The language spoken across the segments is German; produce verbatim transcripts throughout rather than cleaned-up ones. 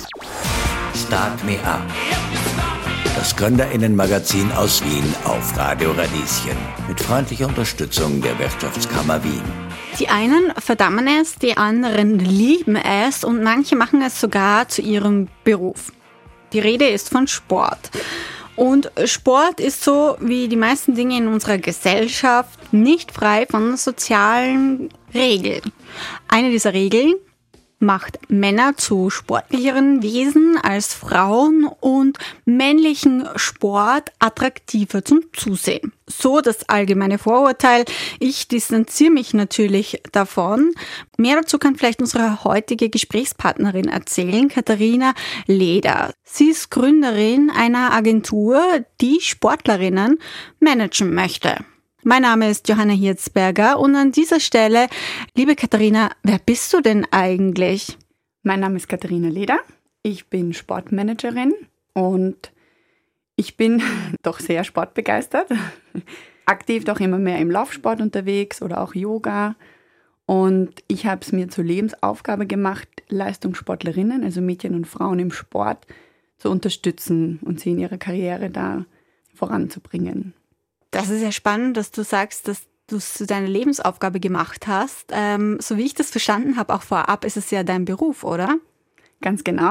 Start Me Up. Das GründerInnen-Magazin aus Wien auf Radio Radieschen. Mit freundlicher Unterstützung der Wirtschaftskammer Wien. Die einen verdammen es, die anderen lieben es und manche machen es sogar zu ihrem Beruf. Die Rede ist von Sport. Und Sport ist so wie die meisten Dinge in unserer Gesellschaft nicht frei von sozialen Regeln. Eine dieser Regeln macht Männer zu sportlicheren Wesen als Frauen und männlichen Sport attraktiver zum Zusehen. So das allgemeine Vorurteil. Ich distanziere mich natürlich davon. Mehr dazu kann vielleicht unsere heutige Gesprächspartnerin erzählen, Katharina Leder. Sie ist Gründerin einer Agentur, die Sportlerinnen managen möchte. Mein Name ist Johanna Hirzberger und an dieser Stelle, liebe Katharina, wer bist du denn eigentlich? Mein Name ist Katharina Leder, ich bin Sportmanagerin und ich bin doch sehr sportbegeistert, aktiv doch immer mehr im Laufsport unterwegs oder auch Yoga und ich habe es mir zur Lebensaufgabe gemacht, Leistungssportlerinnen, also Mädchen und Frauen im Sport, zu unterstützen und sie in ihrer Karriere da voranzubringen. Das ist ja spannend, dass du sagst, dass du es zu deiner Lebensaufgabe gemacht hast. Ähm, so wie ich das verstanden habe, auch vorab, ist es ja dein Beruf, oder? Ganz genau.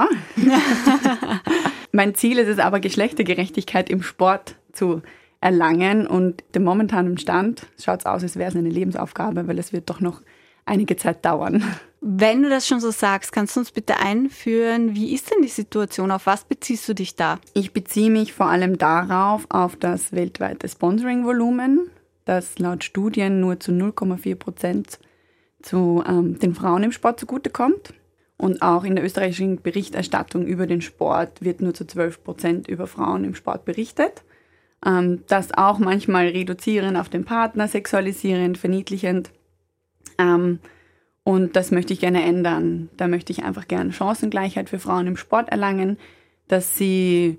Mein Ziel ist es aber, Geschlechtergerechtigkeit im Sport zu erlangen. Und dem momentanen Stand schaut es aus, als wäre es eine Lebensaufgabe, weil es wird doch noch einige Zeit dauern. Wenn du das schon so sagst, kannst du uns bitte einführen, wie ist denn die Situation? Auf was beziehst du dich da? Ich beziehe mich vor allem darauf, auf das weltweite Sponsoring-Volumen, das laut Studien nur zu null Komma vier Prozent zu ähm, den Frauen im Sport zugutekommt. Und auch in der österreichischen Berichterstattung über den Sport wird nur zu zwölf Prozent über Frauen im Sport berichtet. Ähm, das auch manchmal reduzierend auf den Partner, sexualisierend, verniedlichend. Ähm, Und das möchte ich gerne ändern. Da möchte ich einfach gerne Chancengleichheit für Frauen im Sport erlangen, dass sie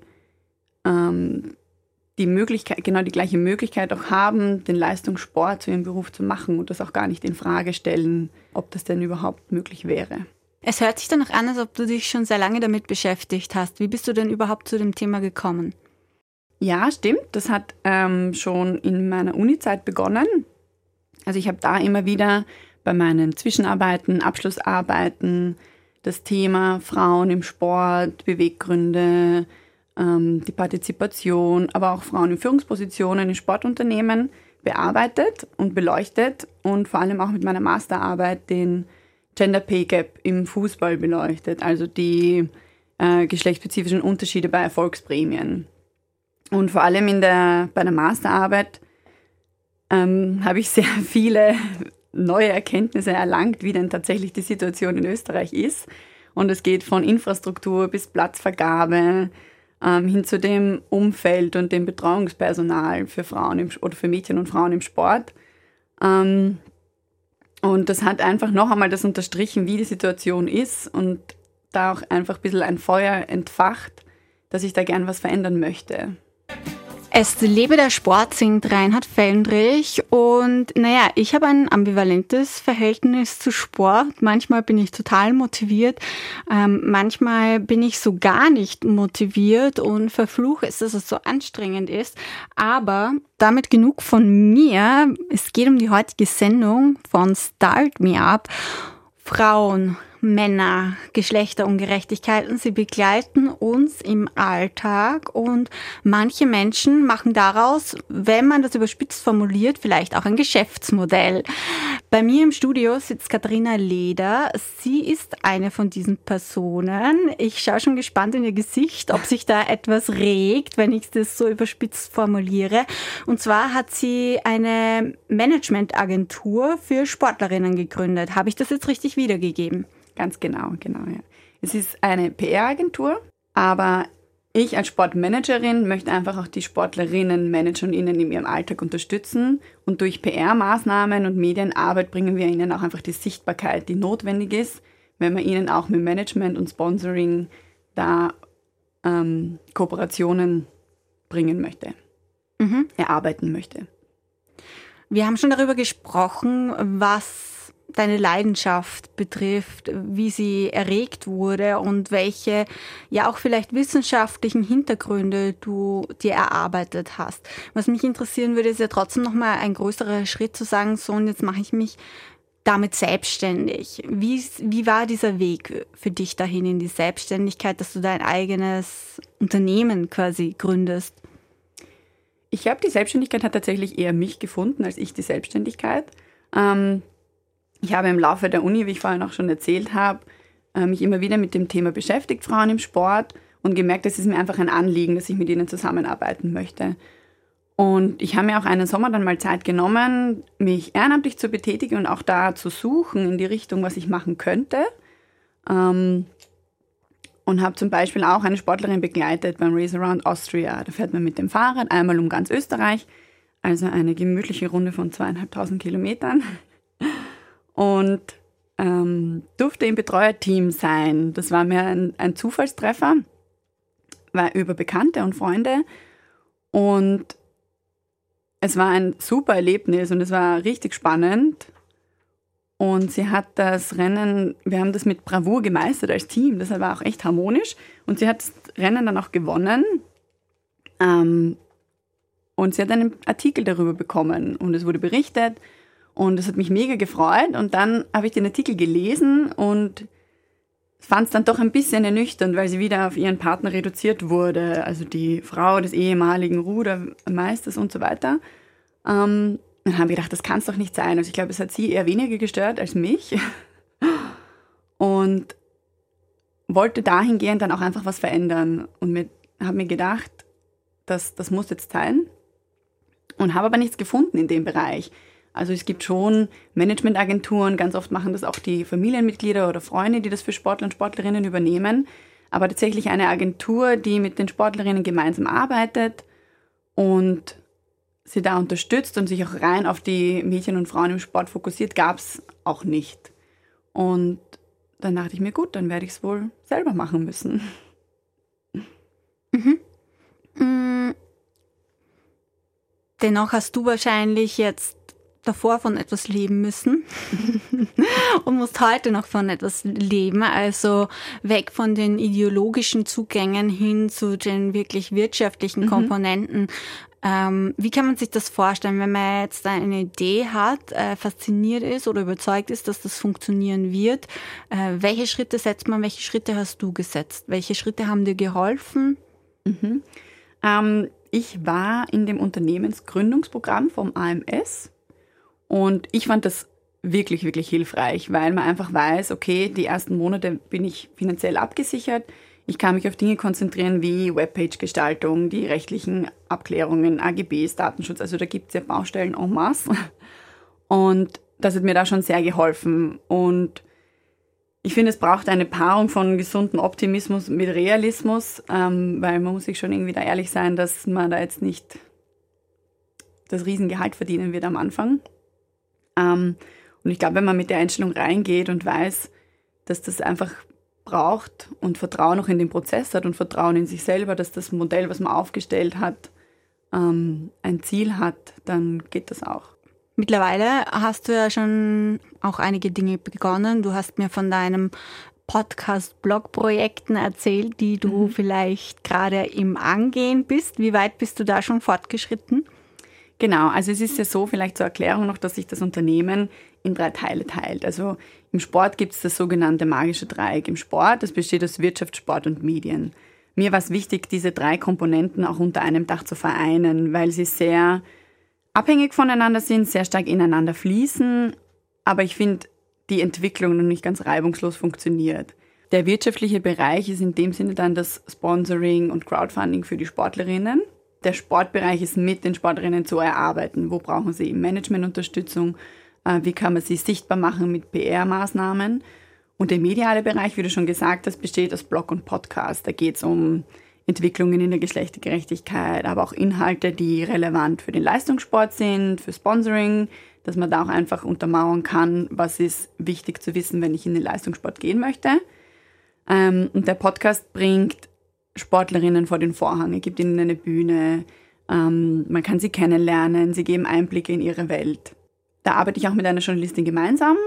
ähm, die Möglichkeit, genau die gleiche Möglichkeit auch haben, den Leistungssport zu ihrem Beruf zu machen und das auch gar nicht in Frage stellen, ob das denn überhaupt möglich wäre. Es hört sich danach an, als ob du dich schon sehr lange damit beschäftigt hast. Wie bist du denn überhaupt zu dem Thema gekommen? Ja, stimmt. Das hat ähm, schon in meiner Uni-Zeit begonnen. Also ich habe da immer wieder bei meinen Zwischenarbeiten, Abschlussarbeiten, das Thema Frauen im Sport, Beweggründe, ähm, die Partizipation, aber auch Frauen in Führungspositionen in Sportunternehmen bearbeitet und beleuchtet und vor allem auch mit meiner Masterarbeit den Gender Pay Gap im Fußball beleuchtet, also die äh, geschlechtsspezifischen Unterschiede bei Erfolgsprämien. Und vor allem in der, bei der Masterarbeit ähm, habe ich sehr viele neue Erkenntnisse erlangt, wie denn tatsächlich die Situation in Österreich ist. Und es geht von Infrastruktur bis Platzvergabe ähm, hin zu dem Umfeld und dem Betreuungspersonal für Frauen im, oder für Mädchen und Frauen im Sport. Ähm, und das hat einfach noch einmal das unterstrichen, wie die Situation ist und da auch einfach ein bisschen ein Feuer entfacht, dass ich da gern was verändern möchte. Es lebe der Sport, singt Reinhard Fendrich und naja, ich habe ein ambivalentes Verhältnis zu Sport. Manchmal bin ich total motiviert, ähm, manchmal bin ich so gar nicht motiviert und verfluche es, dass es so anstrengend ist. Aber damit genug von mir. Es geht um die heutige Sendung von Start Me Up. Frauen, Männer, Geschlechterungerechtigkeiten, sie begleiten uns im Alltag und manche Menschen machen daraus, wenn man das überspitzt formuliert, vielleicht auch ein Geschäftsmodell. Bei mir im Studio sitzt Katharina Leder. Sie ist eine von diesen Personen. Ich schaue schon gespannt in ihr Gesicht, ob sich da etwas regt, wenn ich das so überspitzt formuliere. Und zwar hat sie eine Managementagentur für Sportlerinnen gegründet. Habe ich das jetzt richtig wiedergegeben? Ganz genau, genau, ja. Es ist eine P R-Agentur, aber ich als Sportmanagerin möchte einfach auch die Sportlerinnen, Manager und ihnen in ihrem Alltag unterstützen. Und durch P R-Maßnahmen und Medienarbeit bringen wir ihnen auch einfach die Sichtbarkeit, die notwendig ist, wenn man ihnen auch mit Management und Sponsoring da ähm, Kooperationen bringen möchte, mhm. erarbeiten möchte. Wir haben schon darüber gesprochen, was deine Leidenschaft betrifft, wie sie erregt wurde und welche ja auch vielleicht wissenschaftlichen Hintergründe du dir erarbeitet hast. Was mich interessieren würde, ist ja trotzdem nochmal ein größerer Schritt zu sagen, so und jetzt mache ich mich damit selbstständig. Wie, wie war dieser Weg für dich dahin in die Selbstständigkeit, dass du dein eigenes Unternehmen quasi gründest? Ich glaube, die Selbstständigkeit hat tatsächlich eher mich gefunden, als ich die Selbstständigkeit. Ähm, ich habe im Laufe der Uni, wie ich vorhin auch schon erzählt habe, äh, mich immer wieder mit dem Thema beschäftigt, Frauen im Sport, und gemerkt, es ist mir einfach ein Anliegen, dass ich mit ihnen zusammenarbeiten möchte. Und ich habe mir auch einen Sommer dann mal Zeit genommen, mich ehrenamtlich zu betätigen und auch da zu suchen in die Richtung, was ich machen könnte. Ähm, Und habe zum Beispiel auch eine Sportlerin begleitet beim Race Around Austria. Da fährt man mit dem Fahrrad einmal um ganz Österreich. Also eine gemütliche Runde von zweieinhalbtausend Kilometern. Und ähm, durfte im Betreuerteam sein. Das war mir ein, ein Zufallstreffer. War über Bekannte und Freunde. Und es war ein super Erlebnis und es war richtig spannend. Und sie hat das Rennen, wir haben das mit Bravour gemeistert als Team, das war auch echt harmonisch. Und sie hat das Rennen dann auch gewonnen. Ähm, und sie hat einen Artikel darüber bekommen und es wurde berichtet. Und das hat mich mega gefreut. Und dann habe ich den Artikel gelesen und fand es dann doch ein bisschen ernüchternd, weil sie wieder auf ihren Partner reduziert wurde. Also die Frau des ehemaligen Rudermeisters und so weiter. Ähm, Dann habe ich gedacht, das kann es doch nicht sein. Also ich glaube, es hat sie eher weniger gestört als mich. Und wollte dahingehend dann auch einfach was verändern. Und habe mir gedacht, das, das muss jetzt sein. Und habe aber nichts gefunden in dem Bereich. Also es gibt schon Managementagenturen, ganz oft machen das auch die Familienmitglieder oder Freunde, die das für Sportler und Sportlerinnen übernehmen. Aber tatsächlich eine Agentur, die mit den Sportlerinnen gemeinsam arbeitet und sie da unterstützt und sich auch rein auf die Mädchen und Frauen im Sport fokussiert, gab es auch nicht. Und dann dachte ich mir, gut, dann werde ich es wohl selber machen müssen. Mhm. Mhm. Dennoch hast du wahrscheinlich jetzt davor von etwas leben müssen und musst heute noch von etwas leben, also weg von den ideologischen Zugängen hin zu den wirklich wirtschaftlichen mhm. Komponenten. Ähm, wie kann man sich das vorstellen, wenn man jetzt eine Idee hat, äh, fasziniert ist oder überzeugt ist, dass das funktionieren wird? Äh, welche Schritte setzt man, welche Schritte hast du gesetzt? Welche Schritte haben dir geholfen? Mhm. Ähm, ich war in dem Unternehmensgründungsprogramm vom A M S und ich fand das wirklich, wirklich hilfreich, weil man einfach weiß, okay, die ersten Monate bin ich finanziell abgesichert. Ich kann mich auf Dinge konzentrieren wie Webpage-Gestaltung, die rechtlichen Abklärungen, A G Bs, Datenschutz. Also da gibt es ja Baustellen en masse. Und das hat mir da schon sehr geholfen. Und ich finde, es braucht eine Paarung von gesundem Optimismus mit Realismus, ähm, weil man muss sich schon irgendwie da ehrlich sein, dass man da jetzt nicht das Riesengehalt verdienen wird am Anfang. Ähm, und ich glaube, wenn man mit der Einstellung reingeht und weiß, dass das einfach braucht und Vertrauen auch in den Prozess hat und Vertrauen in sich selber, dass das Modell, was man aufgestellt hat, ähm, ein Ziel hat, dann geht das auch. Mittlerweile hast du ja schon auch einige Dinge begonnen. Du hast mir von deinem Podcast-Blog-Projekten erzählt, die du mhm. vielleicht gerade im Angehen bist. Wie weit bist du da schon fortgeschritten? Genau, also es ist ja so, vielleicht zur Erklärung noch, dass sich das Unternehmen in drei Teile teilt. Also im Sport gibt es das sogenannte magische Dreieck im Sport. Das besteht aus Wirtschaft, Sport und Medien. Mir war es wichtig, diese drei Komponenten auch unter einem Dach zu vereinen, weil sie sehr abhängig voneinander sind, sehr stark ineinander fließen. Aber ich finde, die Entwicklung noch nicht ganz reibungslos funktioniert. Der wirtschaftliche Bereich ist in dem Sinne dann das Sponsoring und Crowdfunding für die Sportlerinnen. Der Sportbereich ist mit den Sportlerinnen zu erarbeiten. Wo brauchen sie Managementunterstützung? Wie kann man sie sichtbar machen mit P R-Maßnahmen? Und der mediale Bereich, wie du schon gesagt hast, besteht aus Blog und Podcast. Da geht es um Entwicklungen in der Geschlechtergerechtigkeit, aber auch Inhalte, die relevant für den Leistungssport sind, für Sponsoring, dass man da auch einfach untermauern kann, was ist wichtig zu wissen, wenn ich in den Leistungssport gehen möchte. Und der Podcast bringt Sportlerinnen vor den Vorhang, er gibt ihnen eine Bühne, man kann sie kennenlernen, sie geben Einblicke in ihre Welt. Da arbeite ich auch mit einer Journalistin gemeinsam.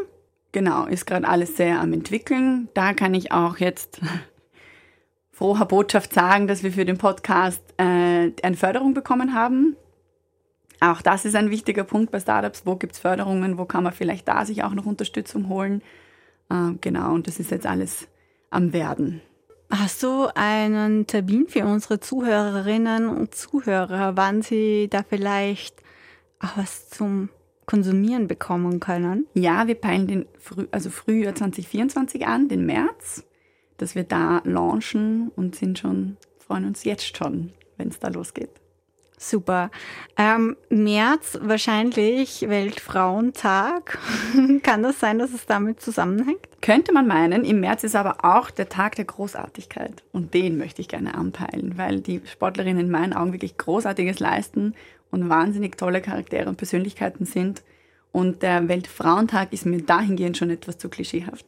genau, ist gerade alles sehr am entwickeln. Da kann ich auch jetzt froher Botschaft sagen, dass wir für den Podcast äh, eine Förderung bekommen haben. Auch das ist ein wichtiger Punkt bei Startups. Wo gibt es Förderungen? Wo kann man vielleicht da sich auch noch Unterstützung holen? Äh, genau, und das ist jetzt alles am Werden. Hast du einen Termin für unsere Zuhörerinnen und Zuhörer, wann sie da vielleicht auch was zum Konsumieren bekommen können? Ja, wir peilen den Früh, also Frühjahr zwanzig vierundzwanzig an, den März, dass wir da launchen und sind schon, freuen uns jetzt schon, wenn es da losgeht. Super. Ähm, März wahrscheinlich Weltfrauentag. Kann das sein, dass es damit zusammenhängt? Könnte man meinen. Im März ist aber auch der Tag der Großartigkeit. Und den möchte ich gerne anpeilen, weil die Sportlerinnen in meinen Augen wirklich Großartiges leisten und wahnsinnig tolle Charaktere und Persönlichkeiten sind. Und der Weltfrauentag ist mir dahingehend schon etwas zu klischeehaft.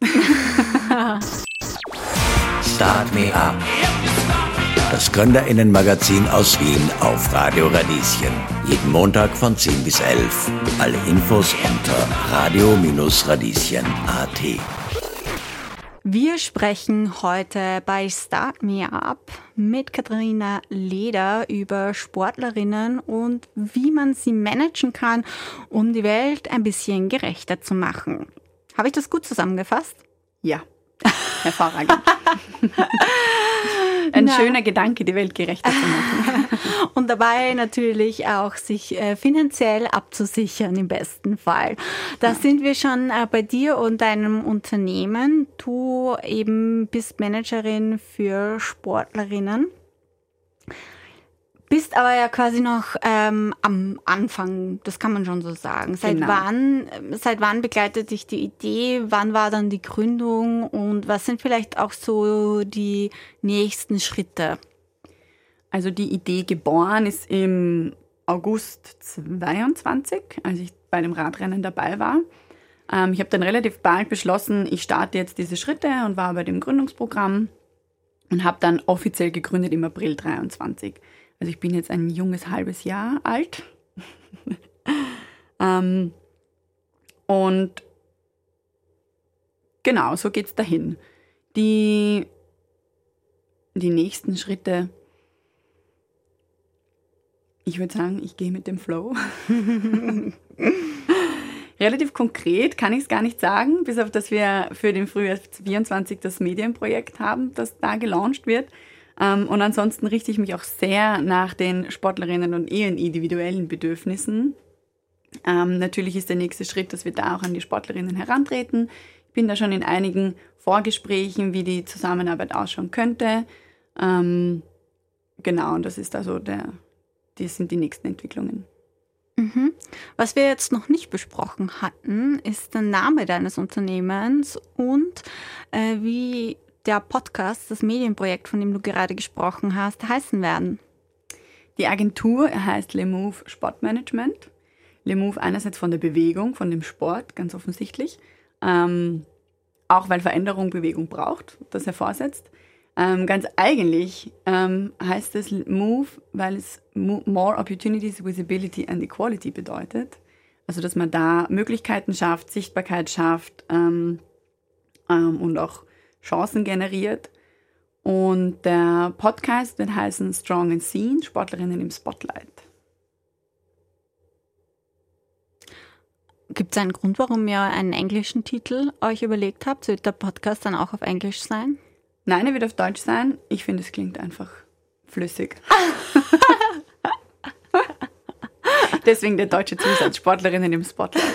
Start Me Up. Das GründerInnen-Magazin aus Wien auf Radio Radieschen. Jeden Montag von zehn bis elf. Alle Infos unter radio radieschen punkt at. Wir sprechen heute bei Start Me Up mit Katharina Leder über Sportlerinnen und wie man sie managen kann, um die Welt ein bisschen gerechter zu machen. Habe ich das gut zusammengefasst? Ja, hervorragend. Ein Na. schöner Gedanke, die Welt gerechter zu machen. Und dabei natürlich auch sich äh, finanziell abzusichern im besten Fall. Da ja. sind wir schon äh, bei dir und deinem Unternehmen. Du eben bist Managerin für Sportlerinnen. Bist aber ja quasi noch ähm, am Anfang, das kann man schon so sagen. Seit genau. wann, seit wann begleitet dich die Idee? Wann war dann die Gründung? Und was sind vielleicht auch so die nächsten Schritte? Also die Idee geboren ist im August zweiundzwanzig, als ich bei dem Radrennen dabei war. Ähm, ich habe dann relativ bald beschlossen, ich starte jetzt diese Schritte und war bei dem Gründungsprogramm und habe dann offiziell gegründet im April dreiundzwanzig. Also ich bin jetzt ein junges halbes Jahr alt. ähm, und genau, so geht es dahin. Die, die nächsten Schritte, ich würde sagen, ich gehe mit dem Flow. Relativ konkret kann ich es gar nicht sagen, bis auf dass wir für den Frühjahr vierundzwanzig das Medienprojekt haben, das da gelauncht wird. Um, und ansonsten richte ich mich auch sehr nach den Sportlerinnen und ihren individuellen Bedürfnissen. Um, natürlich ist der nächste Schritt, dass wir da auch an die Sportlerinnen herantreten. Ich bin da schon in einigen Vorgesprächen, wie die Zusammenarbeit ausschauen könnte. Um, genau, und das ist also der, das sind die nächsten Entwicklungen. Mhm. Was wir jetzt noch nicht besprochen hatten, ist der Name deines Unternehmens und äh, wie der Podcast, das Medienprojekt, von dem du gerade gesprochen hast, heißen werden. Die Agentur heißt Le Move Sportmanagement. Le Move einerseits von der Bewegung, von dem Sport, ganz offensichtlich. Ähm, auch weil Veränderung Bewegung braucht, das hervorsetzt. Ähm, ganz eigentlich ähm, heißt es Move, weil es More Opportunities, Visibility and Equality bedeutet. Also dass man da Möglichkeiten schafft, Sichtbarkeit schafft ähm, ähm, und auch Chancen generiert. Und der Podcast wird heißen Strong and Seen, Sportlerinnen im Spotlight. Gibt es einen Grund, warum ihr einen englischen Titel euch überlegt habt? Wird der Podcast dann auch auf Englisch sein? Nein, er wird auf Deutsch sein. Ich finde, es klingt einfach flüssig. Deswegen der deutsche Zusatz, Sportlerinnen im Spotlight.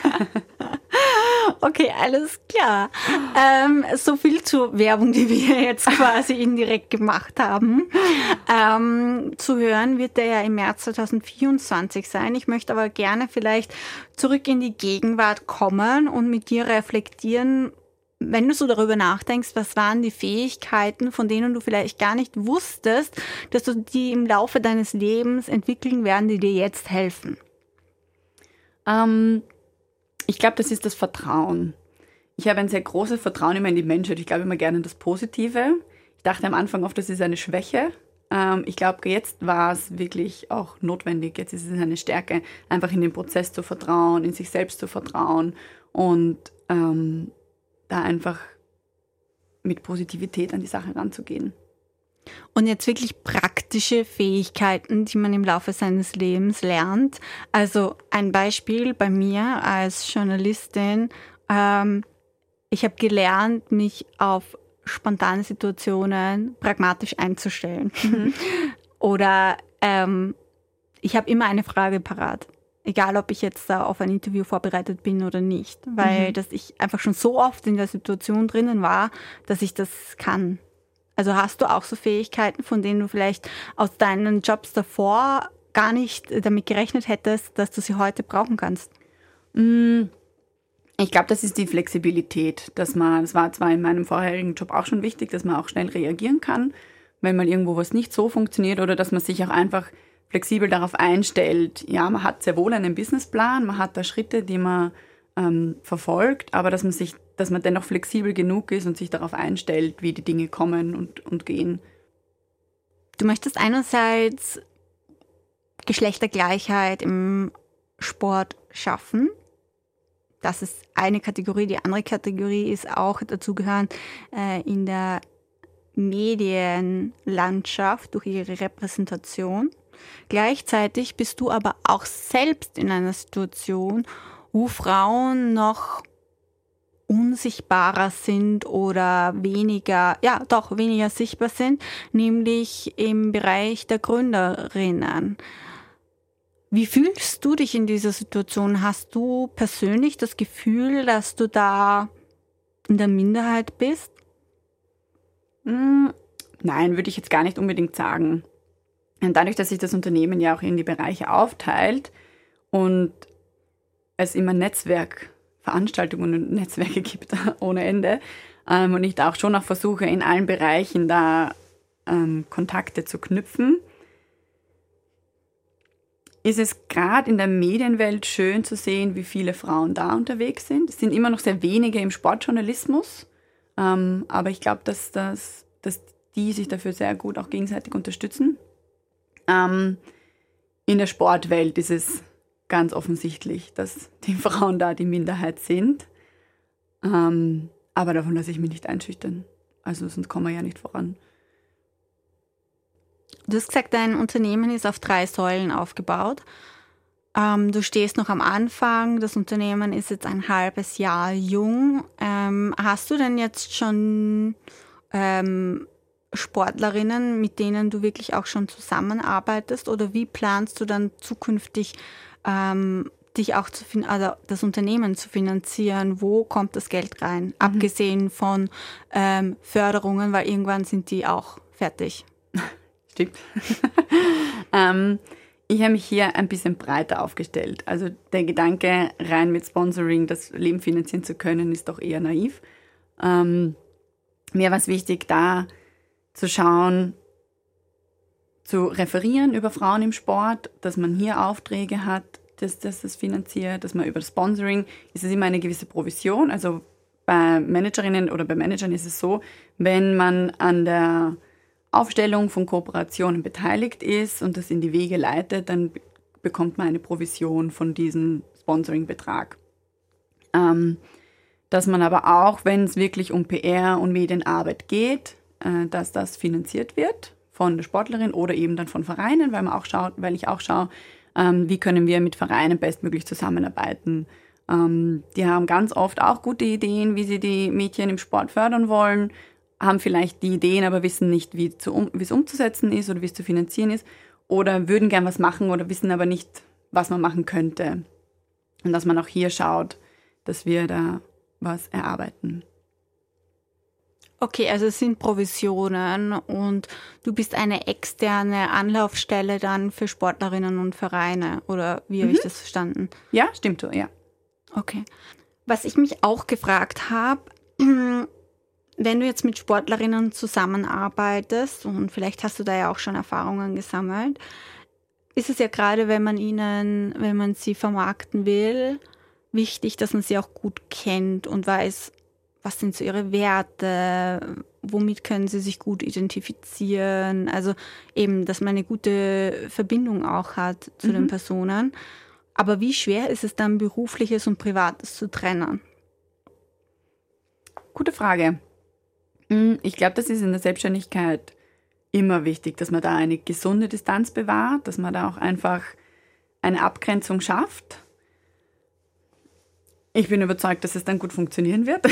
Okay, alles klar. Ähm, so viel zur Werbung, die wir jetzt quasi indirekt gemacht haben. Ähm, zu hören wird der ja im März zwanzig vierundzwanzig sein. Ich möchte aber gerne vielleicht zurück in die Gegenwart kommen und mit dir reflektieren, wenn du so darüber nachdenkst, was waren die Fähigkeiten, von denen du vielleicht gar nicht wusstest, dass du die im Laufe deines Lebens entwickeln werden, die dir jetzt helfen? Ähm... Ich glaube, das ist das Vertrauen. Ich habe ein sehr großes Vertrauen immer in die Menschheit. Ich glaube immer gerne in das Positive. Ich dachte am Anfang oft, das ist eine Schwäche. Ähm, ich glaube, jetzt war es wirklich auch notwendig. Jetzt ist es eine Stärke, einfach in den Prozess zu vertrauen, in sich selbst zu vertrauen und ähm, da einfach mit Positivität an die Sache ranzugehen. Und jetzt wirklich praktische Fähigkeiten, die man im Laufe seines Lebens lernt. Also ein Beispiel bei mir als Journalistin. Ähm, ich habe gelernt, mich auf spontane Situationen pragmatisch einzustellen. Mhm. Oder ähm, ich habe immer eine Frage parat. Egal, ob ich jetzt da auf ein Interview vorbereitet bin oder nicht. Weil mhm. dass ich einfach schon so oft in der Situation drinnen war, dass ich das kann. Also hast du auch so Fähigkeiten, von denen du vielleicht aus deinen Jobs davor gar nicht damit gerechnet hättest, dass du sie heute brauchen kannst? Ich glaube, das ist die Flexibilität, dass man, das war zwar in meinem vorherigen Job auch schon wichtig, dass man auch schnell reagieren kann, wenn mal irgendwo was nicht so funktioniert oder dass man sich auch einfach flexibel darauf einstellt. Ja, man hat sehr wohl einen Businessplan, man hat da Schritte, die man ähm, verfolgt, aber dass man sich, dass man dennoch flexibel genug ist und sich darauf einstellt, wie die Dinge kommen und, und gehen. Du möchtest einerseits Geschlechtergleichheit im Sport schaffen. Das ist eine Kategorie. Die andere Kategorie ist auch dazugehören äh, in der Medienlandschaft durch ihre Repräsentation. Gleichzeitig bist du aber auch selbst in einer Situation, wo Frauen noch unsichtbarer sind oder weniger, ja doch weniger sichtbar sind, nämlich im Bereich der Gründerinnen. Wie fühlst du dich in dieser Situation? Hast du persönlich das Gefühl, dass du da in der Minderheit bist? Nein, würde ich jetzt gar nicht unbedingt sagen. Und dadurch, dass sich das Unternehmen ja auch in die Bereiche aufteilt und es immer Netzwerkveranstaltungen und Netzwerke gibt ohne Ende ähm, und ich da auch schon noch versuche, in allen Bereichen da ähm, Kontakte zu knüpfen, ist es gerade in der Medienwelt schön zu sehen, wie viele Frauen da unterwegs sind. Es sind immer noch sehr wenige im Sportjournalismus, ähm, aber ich glaube, dass, das, dass die sich dafür sehr gut auch gegenseitig unterstützen. Ähm, in der Sportwelt ist es ganz offensichtlich, dass die Frauen da die Minderheit sind. Ähm, aber davon lasse ich mich nicht einschüchtern. Also sonst kommen wir ja nicht voran. Du hast gesagt, dein Unternehmen ist auf drei Säulen aufgebaut. Ähm, du stehst noch am Anfang, das Unternehmen ist jetzt ein halbes Jahr jung. Ähm, hast du denn jetzt schon ähm, Sportlerinnen, mit denen du wirklich auch schon zusammenarbeitest? Oder wie planst du dann zukünftig ähm, dich auch zu fin- also das Unternehmen zu finanzieren? Wo kommt das Geld rein? Mhm. Abgesehen von ähm, Förderungen, weil irgendwann sind die auch fertig. Stimmt. ähm, ich habe mich hier ein bisschen breiter aufgestellt. Also der Gedanke, rein mit Sponsoring das Leben finanzieren zu können, ist doch eher naiv. Ähm, mir war es wichtig, da zu schauen, zu referieren über Frauen im Sport, dass man hier Aufträge hat, dass, dass das finanziert, dass man über das Sponsoring, ist es immer eine gewisse Provision. Also bei Managerinnen oder bei Managern ist es so, wenn man an der Aufstellung von Kooperationen beteiligt ist und das in die Wege leitet, dann bekommt man eine Provision von diesem Sponsoringbetrag. Ähm, dass man aber auch, wenn es wirklich um P R und Medienarbeit geht, äh, dass das finanziert wird von der Sportlerin oder eben dann von Vereinen, weil man auch schaut, weil ich auch schaue, ähm, wie können wir mit Vereinen bestmöglich zusammenarbeiten. Ähm, die haben ganz oft auch gute Ideen, wie sie die Mädchen im Sport fördern wollen, haben vielleicht die Ideen, aber wissen nicht, wie zu, um, wie es umzusetzen ist oder wie es zu finanzieren ist oder würden gern was machen oder wissen aber nicht, was man machen könnte. Und dass man auch hier schaut, dass wir da was erarbeiten. Okay, also es sind Provisionen und du bist eine externe Anlaufstelle dann für Sportlerinnen und Vereine, oder wie habe mhm. ich das verstanden? Ja, stimmt so, ja. Okay. Was ich mich auch gefragt habe, wenn du jetzt mit Sportlerinnen zusammenarbeitest und vielleicht hast du da ja auch schon Erfahrungen gesammelt, ist es ja gerade, wenn man ihnen, wenn man sie vermarkten will, wichtig, dass man sie auch gut kennt und weiß, was sind so ihre Werte, womit können sie sich gut identifizieren, also eben, dass man eine gute Verbindung auch hat zu mhm. den Personen. Aber wie schwer ist es dann, Berufliches und Privates zu trennen? Gute Frage. Ich glaube, das ist in der Selbstständigkeit immer wichtig, dass man da eine gesunde Distanz bewahrt, dass man da auch einfach eine Abgrenzung schafft. Ich bin überzeugt, dass es dann gut funktionieren wird.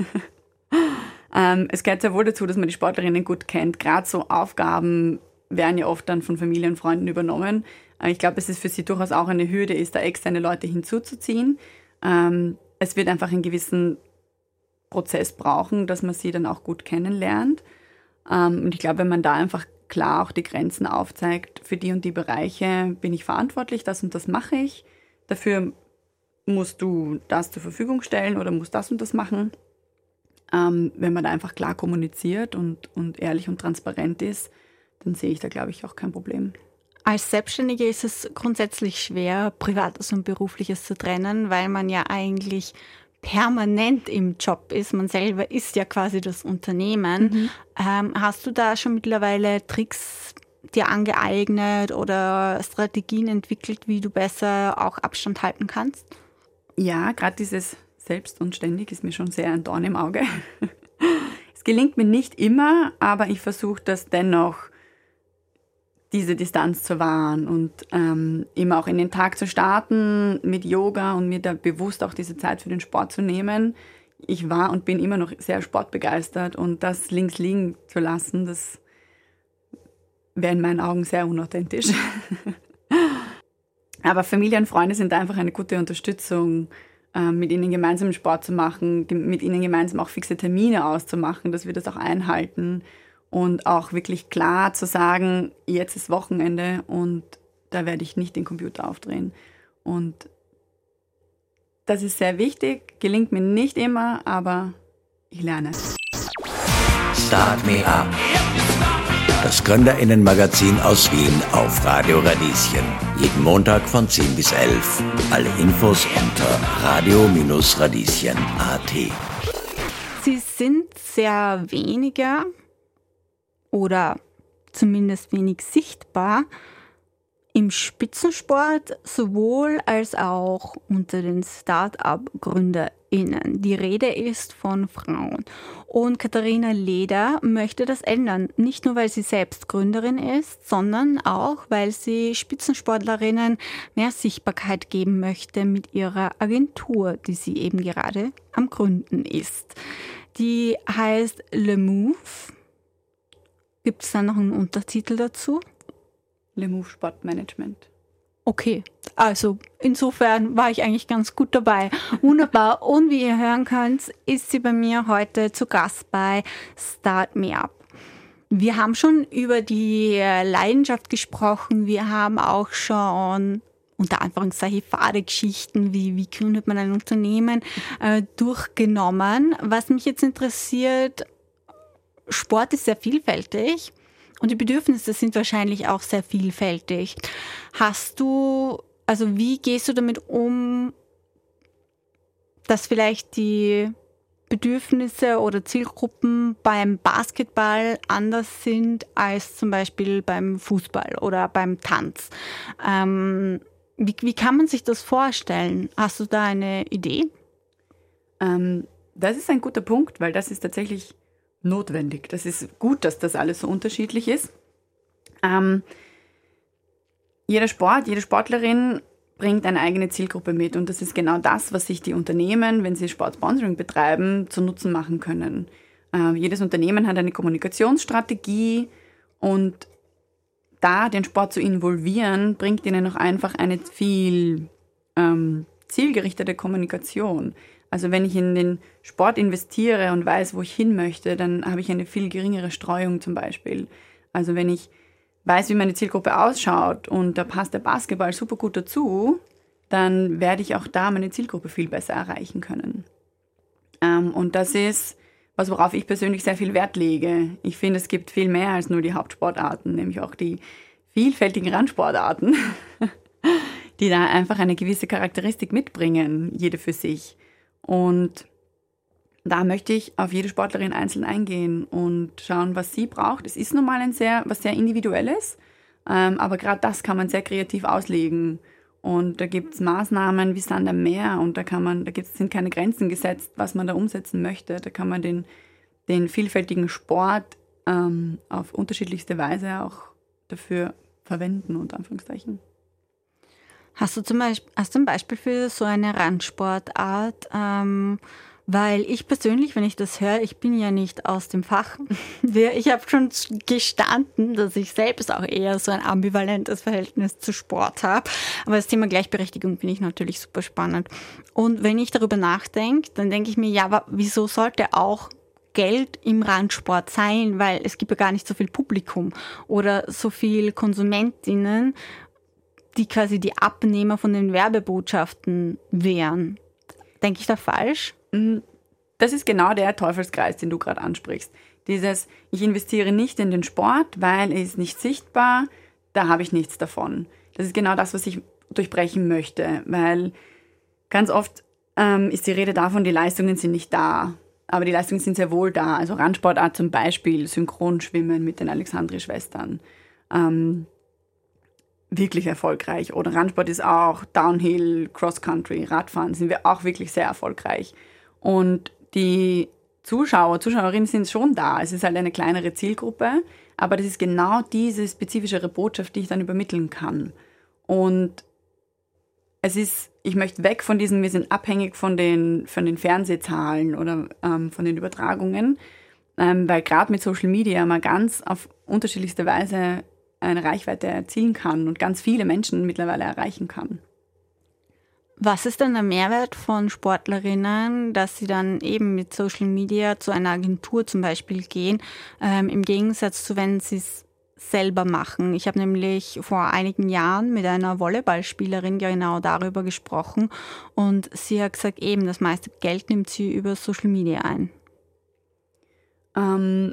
ähm, es gehört sehr wohl dazu, dass man die Sportlerinnen gut kennt. Gerade so Aufgaben werden ja oft dann von Familie und Freunden übernommen. Aber ich glaube, dass es für sie durchaus auch eine Hürde ist, da externe Leute hinzuzuziehen. Ähm, es wird einfach einen gewissen Prozess brauchen, dass man sie dann auch gut kennenlernt. Ähm, und ich glaube, wenn man da einfach klar auch die Grenzen aufzeigt, für die und die Bereiche bin ich verantwortlich, das und das mache ich. Dafür musst du das zur Verfügung stellen oder musst das und das machen. Ähm, wenn man da einfach klar kommuniziert und, und ehrlich und transparent ist, dann sehe ich da, glaube ich, auch kein Problem. Als Selbstständige ist es grundsätzlich schwer, Privates und Berufliches zu trennen, weil man ja eigentlich permanent im Job ist. Man selber ist ja quasi das Unternehmen. Mhm. Ähm, hast du da schon mittlerweile Tricks dir angeeignet oder Strategien entwickelt, wie du besser auch Abstand halten kannst? Ja, gerade dieses Selbst und ständig ist mir schon sehr ein Dorn im Auge. Es gelingt mir nicht immer, aber ich versuche das dennoch, diese Distanz zu wahren und ähm, immer auch in den Tag zu starten mit Yoga und mir da bewusst auch diese Zeit für den Sport zu nehmen. Ich war und bin immer noch sehr sportbegeistert und das links liegen zu lassen, das wäre in meinen Augen sehr unauthentisch. Aber Familie und Freunde sind einfach eine gute Unterstützung, äh, mit ihnen gemeinsam Sport zu machen, mit ihnen gemeinsam auch fixe Termine auszumachen, dass wir das auch einhalten. Und auch wirklich klar zu sagen, jetzt ist Wochenende und da werde ich nicht den Computer aufdrehen. Und das ist sehr wichtig, gelingt mir nicht immer, aber ich lerne. Start Me Up. Das GründerInnen-Magazin aus Wien auf Radio Radieschen. Jeden Montag von zehn bis elf. Alle Infos unter radio radieschen punkt a t. Sie sind sehr weniger oder zumindest wenig sichtbar im Spitzensport, sowohl als auch unter den Start-up-GründerInnen. Die Rede ist von Frauen. Und Katharina Leder möchte das ändern. Nicht nur, weil sie selbst Gründerin ist, sondern auch, weil sie Spitzensportlerinnen mehr Sichtbarkeit geben möchte mit ihrer Agentur, die sie eben gerade am Gründen ist. Die heißt Le Move. Gibt es da noch einen Untertitel dazu? Le Move Sportmanagement. Okay, also insofern war ich eigentlich ganz gut dabei. Wunderbar. Und wie ihr hören könnt, ist sie bei mir heute zu Gast bei Start Me Up. Wir haben schon über die Leidenschaft gesprochen. Wir haben auch schon unter Anführungszeichen fade Geschichten, wie, wie gründet man ein Unternehmen, äh, durchgenommen. Was mich jetzt interessiert, Sport ist sehr vielfältig und die Bedürfnisse sind wahrscheinlich auch sehr vielfältig. Hast du, also wie gehst du damit um, dass vielleicht die Bedürfnisse oder Zielgruppen beim Basketball anders sind als zum Beispiel beim Fußball oder beim Tanz? Ähm, wie, wie kann man sich das vorstellen? Hast du da eine Idee? Ähm, das ist ein guter Punkt, weil das ist tatsächlich notwendig. Das ist gut, dass das alles so unterschiedlich ist. Ähm, jeder Sport, jede Sportlerin bringt eine eigene Zielgruppe mit und das ist genau das, was sich die Unternehmen, wenn sie Sportsponsoring betreiben, zu Nutzen machen können. Äh, jedes Unternehmen hat eine Kommunikationsstrategie und da den Sport zu involvieren, bringt ihnen auch einfach eine viel ähm, zielgerichtete Kommunikation. Also wenn ich in den Sport investiere und weiß, wo ich hin möchte, dann habe ich eine viel geringere Streuung zum Beispiel. Also wenn ich weiß, wie meine Zielgruppe ausschaut und da passt der Basketball super gut dazu, dann werde ich auch da meine Zielgruppe viel besser erreichen können. Ähm, und das ist was, worauf ich persönlich sehr viel Wert lege. Ich finde, es gibt viel mehr als nur die Hauptsportarten, nämlich auch die vielfältigen Randsportarten, die da einfach eine gewisse Charakteristik mitbringen, jede für sich. Und da möchte ich auf jede Sportlerin einzeln eingehen und schauen, was sie braucht. Es ist nun mal ein sehr, was sehr Individuelles, ähm, aber gerade das kann man sehr kreativ auslegen Und da gibt es Maßnahmen wie Sand am Meer und da kann man, da gibt's, sind keine Grenzen gesetzt, was man da umsetzen möchte. Da kann man den, den vielfältigen Sport ähm, auf unterschiedlichste Weise auch dafür verwenden, unter Anführungszeichen. Hast du zum Beispiel, hast du ein Beispiel für so eine Randsportart? Ähm, weil ich persönlich, wenn ich das höre, ich bin ja nicht aus dem Fach. Ich habe schon gestanden, dass ich selbst auch eher so ein ambivalentes Verhältnis zu Sport habe. Aber das Thema Gleichberechtigung finde ich natürlich super spannend. Und wenn ich darüber nachdenke, dann denke ich mir, ja, aber wieso sollte auch Geld im Randsport sein? Weil es gibt ja gar nicht so viel Publikum oder so viel KonsumentInnen, die quasi die Abnehmer von den Werbebotschaften wären. Denke ich da falsch? Das ist genau der Teufelskreis, den du gerade ansprichst. Dieses, ich investiere nicht in den Sport, weil er ist nicht sichtbar, da habe ich nichts davon. Das ist genau das, was ich durchbrechen möchte, weil ganz oft ähm, ist die Rede davon, die Leistungen sind nicht da. Aber die Leistungen sind sehr wohl da. Also Randsportart zum Beispiel, Synchronschwimmen mit den Alexandri-Schwestern. Ähm, wirklich erfolgreich. Oder Randsport ist auch Downhill, Cross-Country, Radfahren, sind wir auch wirklich sehr erfolgreich. Und die Zuschauer, Zuschauerinnen sind schon da. Es ist halt eine kleinere Zielgruppe, aber das ist genau diese spezifischere Botschaft, die ich dann übermitteln kann. Und es ist, ich möchte weg von diesem, wir sind abhängig von den, von den Fernsehzahlen oder ähm, von den Übertragungen, ähm, weil gerade mit Social Media man ganz auf unterschiedlichste Weise eine Reichweite erzielen kann und ganz viele Menschen mittlerweile erreichen kann. Was ist denn der Mehrwert von Sportlerinnen, dass sie dann eben mit Social Media zu einer Agentur zum Beispiel gehen, ähm, im Gegensatz zu, wenn sie es selber machen? Ich habe nämlich vor einigen Jahren mit einer Volleyballspielerin genau darüber gesprochen und sie hat gesagt, eben das meiste Geld nimmt sie über Social Media ein. Ähm,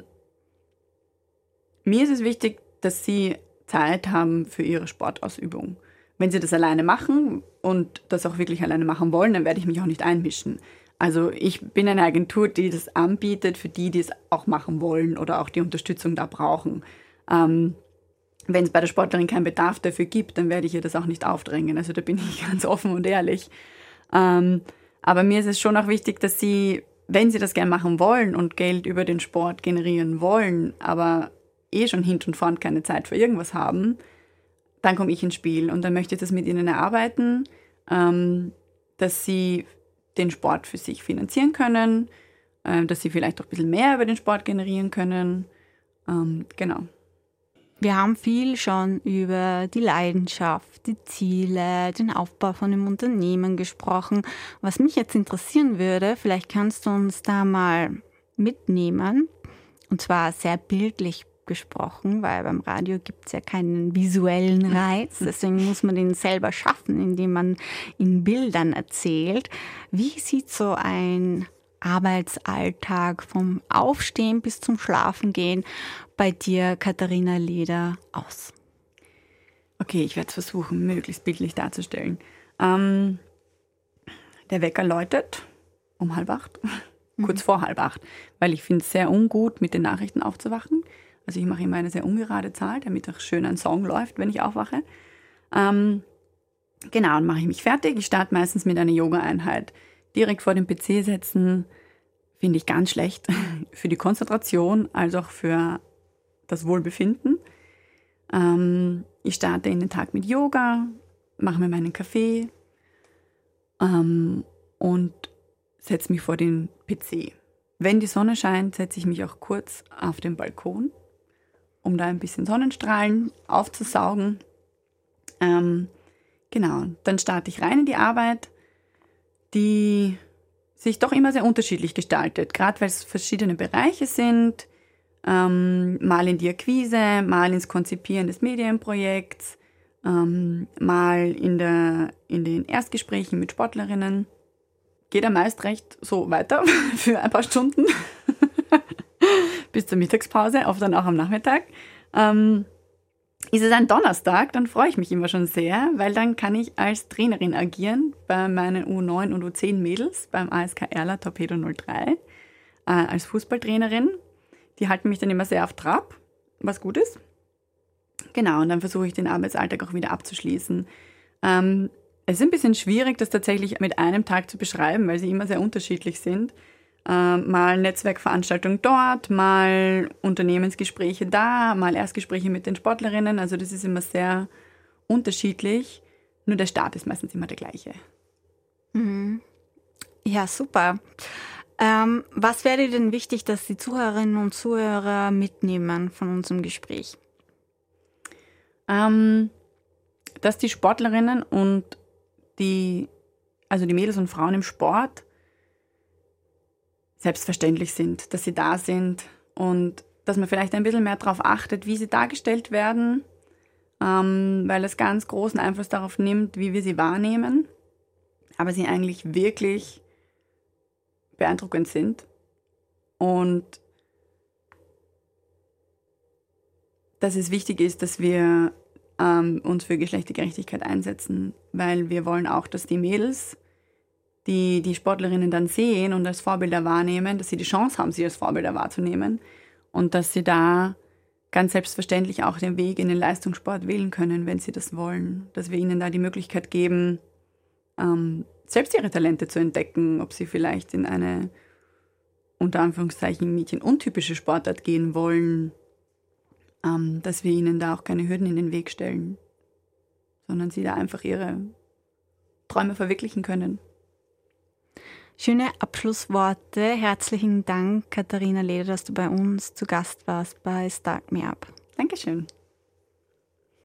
mir ist es wichtig, dass sie Zeit haben für ihre Sportausübung. Wenn sie das alleine machen und das auch wirklich alleine machen wollen, dann werde ich mich auch nicht einmischen. Also ich bin eine Agentur, die das anbietet für die, die es auch machen wollen oder auch die Unterstützung da brauchen. Ähm, wenn es bei der Sportlerin keinen Bedarf dafür gibt, dann werde ich ihr das auch nicht aufdrängen. Also da bin ich ganz offen und ehrlich. Ähm, aber mir ist es schon auch wichtig, dass sie, wenn sie das gerne machen wollen und Geld über den Sport generieren wollen, aber eh schon hinten und vorn keine Zeit für irgendwas haben, dann komme ich ins Spiel und dann möchte ich das mit ihnen erarbeiten, ähm, dass sie den Sport für sich finanzieren können, äh, dass sie vielleicht auch ein bisschen mehr über den Sport generieren können. Ähm, genau. Wir haben viel schon über die Leidenschaft, die Ziele, den Aufbau von einem Unternehmen gesprochen. Was mich jetzt interessieren würde, vielleicht kannst du uns da mal mitnehmen, und zwar sehr bildlich gesprochen, weil beim Radio gibt es ja keinen visuellen Reiz, deswegen muss man den selber schaffen, indem man in Bildern erzählt. Wie sieht so ein Arbeitsalltag vom Aufstehen bis zum Schlafengehen bei dir, Katharina Leder, aus? Okay, ich werde es versuchen, möglichst bildlich darzustellen. Ähm, der Wecker läutet um halb acht, mhm. kurz vor halb acht, weil ich finde es sehr ungut, mit den Nachrichten aufzuwachen. Also ich mache immer eine sehr ungerade Zahl, damit auch schön ein Song läuft, wenn ich aufwache. Ähm, genau, dann mache ich mich fertig. Ich starte meistens mit einer Yoga-Einheit. Direkt vor dem P C setzen, finde ich ganz schlecht für die Konzentration, als auch für das Wohlbefinden. Ähm, ich starte in den Tag mit Yoga, mache mir meinen Kaffee ähm, und setze mich vor den P C. Wenn die Sonne scheint, setze ich mich auch kurz auf den Balkon, um da ein bisschen Sonnenstrahlen aufzusaugen. Ähm, genau, dann starte ich rein in die Arbeit, die sich doch immer sehr unterschiedlich gestaltet, gerade weil es verschiedene Bereiche sind, ähm, mal in die Akquise, mal ins Konzipieren des Medienprojekts, ähm, mal in, der, in den Erstgesprächen mit Sportlerinnen. Geht ja meist recht so weiter für ein paar Stunden bis zur Mittagspause, oft dann auch am Nachmittag. Ähm, ist es ein Donnerstag, dann freue ich mich immer schon sehr, weil dann kann ich als Trainerin agieren bei meinen U neun und U zehn Mädels beim A S K Erla Torpedo null drei äh, als Fußballtrainerin. Die halten mich dann immer sehr auf Trab, was gut ist. Genau, und dann versuche ich den Arbeitsalltag auch wieder abzuschließen. Ähm, es ist ein bisschen schwierig, das tatsächlich mit einem Tag zu beschreiben, weil sie immer sehr unterschiedlich sind. Äh, mal Netzwerkveranstaltungen dort, mal Unternehmensgespräche da, mal Erstgespräche mit den Sportlerinnen. Also das ist immer sehr unterschiedlich. Nur der Start ist meistens immer der gleiche. Mhm. Ja, super. Ähm, was wäre dir denn wichtig, dass die Zuhörerinnen und Zuhörer mitnehmen von unserem Gespräch? Ähm, dass die Sportlerinnen und die, also die Mädels und Frauen im Sport selbstverständlich sind, dass sie da sind und dass man vielleicht ein bisschen mehr darauf achtet, wie sie dargestellt werden, ähm, weil es ganz großen Einfluss darauf nimmt, wie wir sie wahrnehmen, aber sie eigentlich wirklich beeindruckend sind und dass es wichtig ist, dass wir ähm, uns für Geschlechtergerechtigkeit einsetzen, weil wir wollen auch, dass die Mädels, die die Sportlerinnen dann sehen und als Vorbilder wahrnehmen, dass sie die Chance haben, sie als Vorbilder wahrzunehmen und dass sie da ganz selbstverständlich auch den Weg in den Leistungssport wählen können, wenn sie das wollen. Dass wir ihnen da die Möglichkeit geben, ähm, selbst ihre Talente zu entdecken, ob sie vielleicht in eine, unter Anführungszeichen, mädchenuntypische Sportart gehen wollen, ähm, dass wir ihnen da auch keine Hürden in den Weg stellen, sondern sie da einfach ihre Träume verwirklichen können. Schöne Abschlussworte. Herzlichen Dank, Katharina Leder, dass du bei uns zu Gast warst bei Start Me Up. Dankeschön.